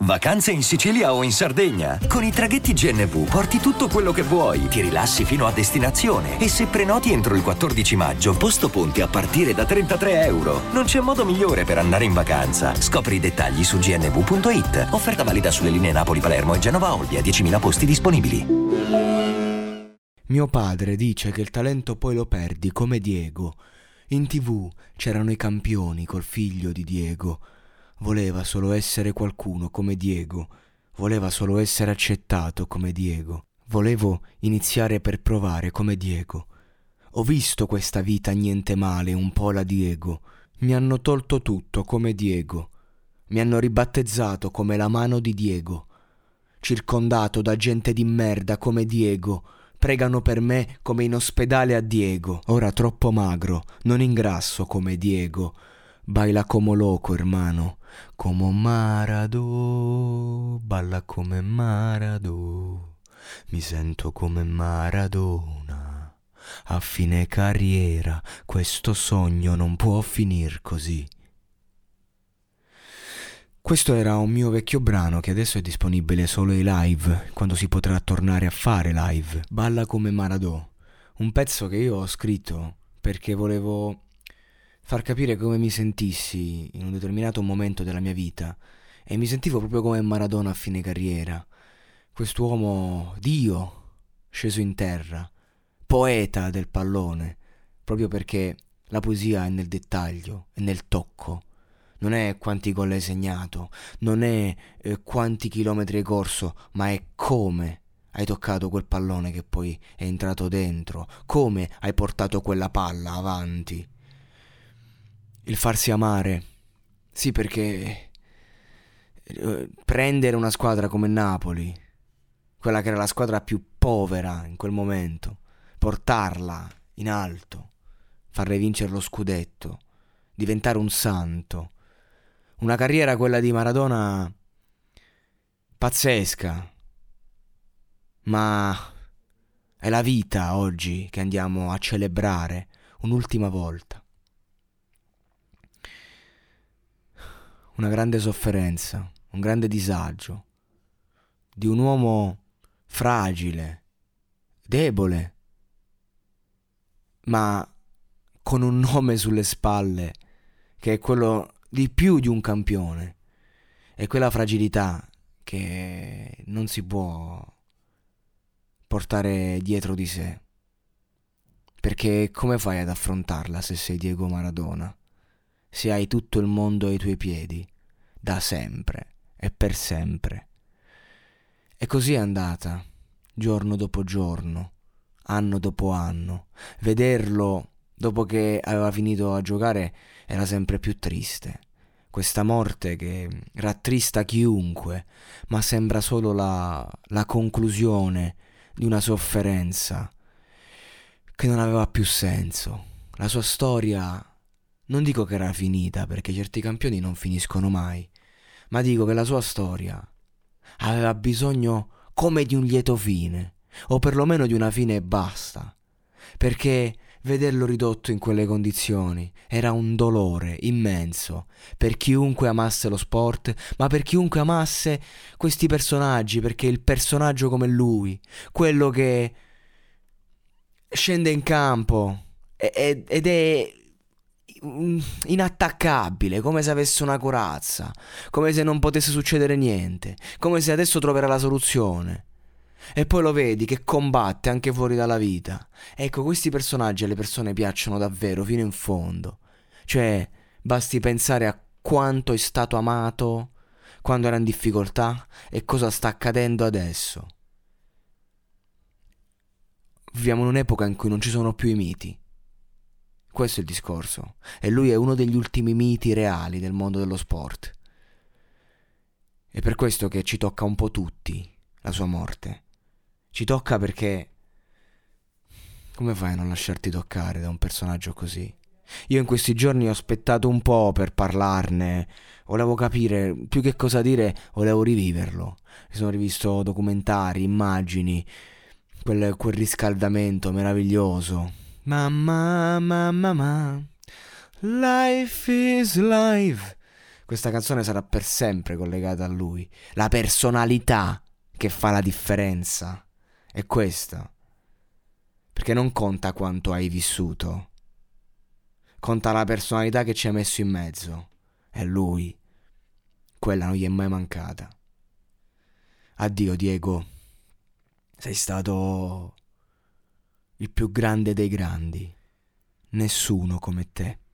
Vacanze in Sicilia o in Sardegna? Con i traghetti GNV porti tutto quello che vuoi, ti rilassi fino a destinazione e se prenoti entro il 14 maggio, posto ponti a partire da €33. Non c'è modo migliore per andare in vacanza. Scopri i dettagli su gnv.it. Offerta valida sulle linee Napoli-Palermo e Genova-Olbia, 10.000 posti disponibili. Mio padre dice che il talento poi lo perdi come Diego. In TV c'erano i campioni col figlio di Diego. Voleva solo essere qualcuno come Diego. Voleva solo essere accettato come Diego. Volevo iniziare per provare come Diego. Ho visto questa vita niente male, un po' la Diego. Mi hanno tolto tutto come Diego. Mi hanno ribattezzato come la mano di Diego. Circondato da gente di merda come Diego. Pregano per me come in ospedale a Diego. Ora troppo magro, non ingrasso come Diego. Baila como loco, hermano. Como Maradona. Balla come Maradona. Mi sento come Maradona. A fine carriera questo sogno non può finir così. Questo era un mio vecchio brano che adesso è disponibile solo ai live, quando si potrà tornare a fare live. Balla come Maradona. Un pezzo che io ho scritto perché volevo far capire come mi sentissi in un determinato momento della mia vita, e mi sentivo proprio come Maradona a fine carriera. Quest'uomo, Dio, sceso in terra, poeta del pallone, proprio perché la poesia è nel dettaglio, è nel tocco. Non è quanti gol hai segnato, non è quanti chilometri hai corso, ma è come hai toccato quel pallone che poi è entrato dentro, come hai portato quella palla avanti. Il farsi amare, sì, perché prendere una squadra come Napoli, quella che era la squadra più povera in quel momento, portarla in alto, farle vincere lo scudetto, diventare un santo. Una carriera, quella di Maradona, pazzesca, ma è la vita oggi che andiamo a celebrare un'ultima volta. Una grande sofferenza, un grande disagio di un uomo fragile, debole, ma con un nome sulle spalle che è quello di più di un campione. È quella fragilità che non si può portare dietro di sé, perché come fai ad affrontarla se sei Diego Maradona? Se hai tutto il mondo ai tuoi piedi, da sempre e per sempre. E così è andata, giorno dopo giorno, anno dopo anno. Vederlo dopo che aveva finito a giocare era sempre più triste. Questa morte che rattrista chiunque, ma sembra solo la conclusione di una sofferenza che non aveva più senso. La sua storia, non dico che era finita, perché certi campioni non finiscono mai, ma dico che la sua storia aveva bisogno come di un lieto fine, o perlomeno di una fine e basta, perché vederlo ridotto in quelle condizioni era un dolore immenso per chiunque amasse lo sport, ma per chiunque amasse questi personaggi, perché il personaggio come lui, quello che scende in campo ed è inattaccabile, come se avesse una corazza, come se non potesse succedere niente, come se adesso troverà la soluzione. E poi lo vedi che combatte anche fuori dalla vita. Ecco, questi personaggi alle persone piacciono davvero fino in fondo. Cioè, basti pensare a quanto è stato amato quando era in difficoltà e cosa sta accadendo adesso. Viviamo in un'epoca in cui non ci sono più i miti. Questo è il discorso. E lui è uno degli ultimi miti reali del mondo dello sport. È per questo che ci tocca un po' tutti la sua morte. Ci tocca perché come fai a non lasciarti toccare da un personaggio così? Io in questi giorni ho aspettato un po' per parlarne, volevo capire più che cosa dire, volevo riviverlo. Mi sono rivisto documentari, immagini, quel riscaldamento meraviglioso. Mamma, mamma, mamma, life is life. Questa canzone sarà per sempre collegata a lui. La personalità che fa la differenza è questa. Perché non conta quanto hai vissuto, conta la personalità che ci hai messo in mezzo. E lui, quella non gli è mai mancata. Addio Diego, sei stato il più grande dei grandi. Nessuno come te.